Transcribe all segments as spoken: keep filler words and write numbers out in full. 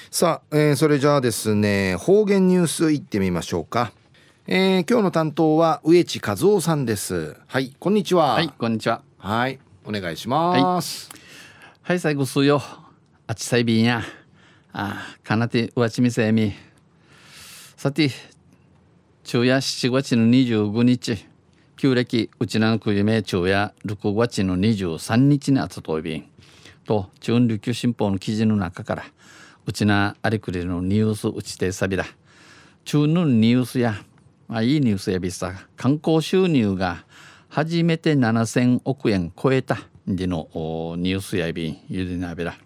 さあ、えー、それじゃあですね、方言ニュースいってみましょうか。えー、今日の担当は植地和夫さんです。はい、こんにちはい、 は。 こんにちは。 はい、お願いしはい。 ます。 はい、最後すよ。あちさいびんや。あ、かなてうわちみせみ。さて、昼夜しちがつのにじゅうごにち、旧暦うちなのくゆめ昼夜ろくがつのにじゅうさんにちにあつといびん。と、中琉球新報の記事の中から、うちなありくりのニュースうちてさびだ。中のニュースや、まあ、いいニュースやびさ、観光収入が初めてななせんおくえん超えたでのニュースやびんゆでなべら。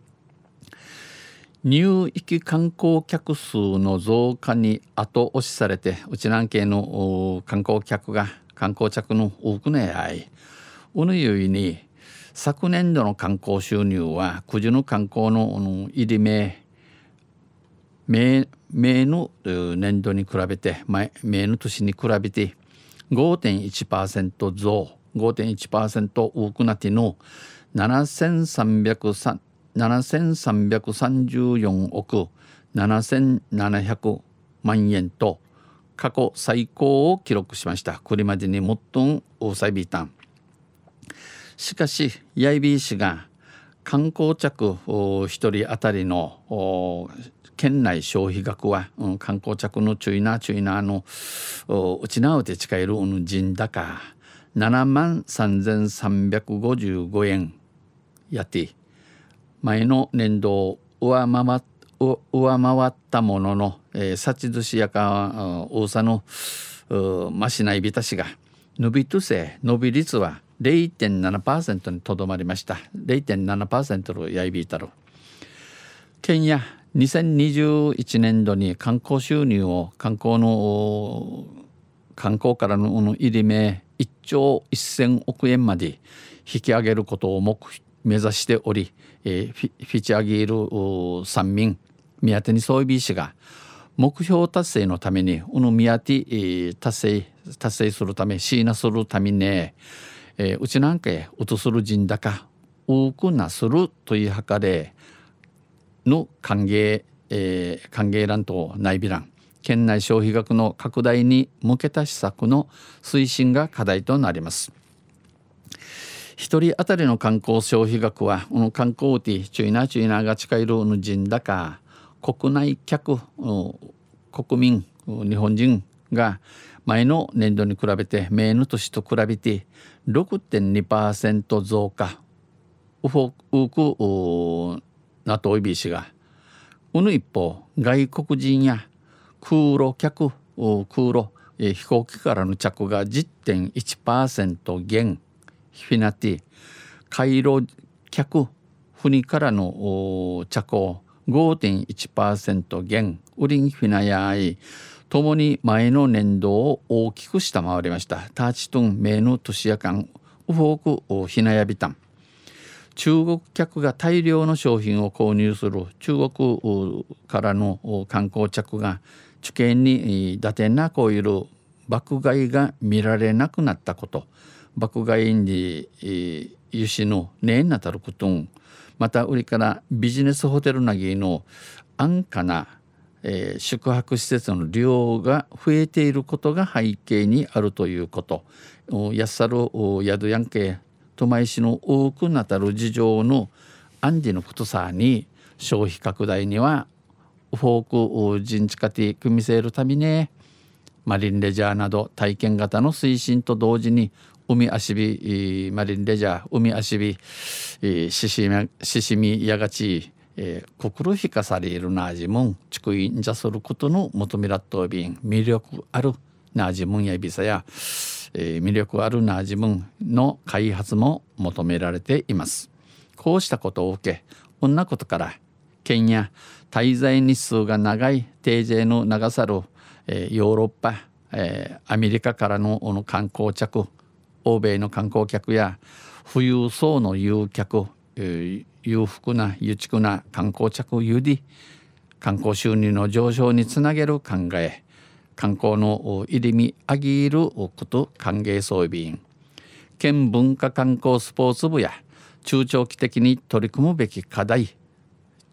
入域観光客数の増加に後押しされて、うちなんけの観光客が観光客の多くねやい。うぬゆいに昨年度の観光収入はくじの観光の入り目名名の年度に比べて前名の年に比べて ごてんいちパーセント 増 ごてんいちパーセント 多くなってのななせんさんびゃくさんじゅうよんおくななせんななひゃくまんえんと過去最高を記録しました。これまでに最も多さびたん。しかしヤイビー氏が観光客一人当たりの県内消費額は、うん、観光客のチュイナチュイナのうちなうて近いる人高ななまんさんぜんさんびゃくごじゅうごえんやって前の年度を上回っ上回ったものの、えー、さちずしやか大さのましないびたしが伸びとせ伸び率は れいてんななパーセント にとどまりました。 れいてんななパーセント のやいびいたる県やにせんにじゅういちねんどに観光収入を観光の観光からの入り目いっちょうせんおくえんまで引き上げることを目目指しており、えー、フィフィチアギール三民宮手にそういびしが目標達成のためにこの宮手、えー、達成達成するため椎名するためにね、えー、うちなんかへうとする人高多くなするというはかれの歓迎、えー、歓迎欄と内備欄県内消費額の拡大に向けた施策の推進が課題となります。一人当たりの観光消費額はこの観光地チュイナチュイナが近いるの人高国内客国民日本人が前の年度に比べて前の年と比べて ろくてんにパーセント 増加うふうくなといびしがうぬ一方外国人や空路客空路飛行機からの着が じゅってんいちパーセント 減フィナティ回路客船からの着を ごてんいちパーセント 減ウリンフィナヤイともに前の年度を大きく下回りました。ターチトン名の年夜間ウフォークひなやびたん中国客が大量の商品を購入する中国からの観光客が受験に打点なこういう爆買いが見られなくなったこと爆買いに輸出の年なたることんまた売りからビジネスホテルなぎの安価な、えー、宿泊施設の利用が増えていることが背景にあるということやっさる宿やんけとまいしの多くなたる事情の暗示のことさに消費拡大にはフォーク人地ティ組みせるためにマリンレジャーなど体験型の推進と同時に海足びマリンレジャー海足びししみししみやがち心引かされるなじもんちくいんじゃすることの求めらっとびん魅力あるなじもんやびさや魅力あるなじもんの開発も求められています。こうしたことを受けこんなことから県や滞在日数が長い定税の長さるヨーロッパアメリカからの観光客欧米の観光客や富裕層の遊客裕福な裕畜な観光客ゆり観光収入の上昇につなげる考え観光の入りみあぎること歓迎装備員県文化観光スポーツ部や中長期的に取り組むべき課題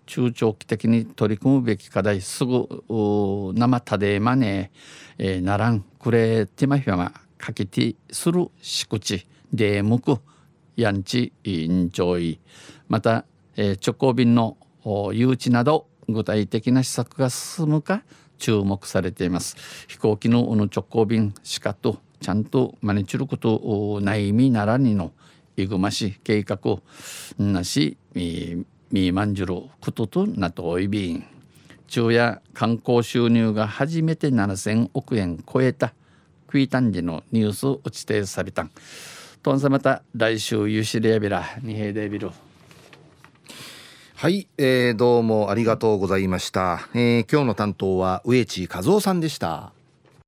中長期的に取り組むべき課題すぐ生たでまね、えー、ならんくれてまひまかけてするしくちでむくやんちんちょいまた、えー、直行便の誘致など具体的な施策が進むか注目されています。飛行機の直行便しかとちゃんとマネチュることないみならにのいぐまし計画なしみみまんじゅることとなとおいびん昼夜観光収入が初めてななせんおくえん超えたクイタンジのニュースを打ちてさびたんとんさまた来週ゆしりやびらにへいでびるはい、えー、どうもありがとうございました、えー、今日の担当は植地和夫さんでした。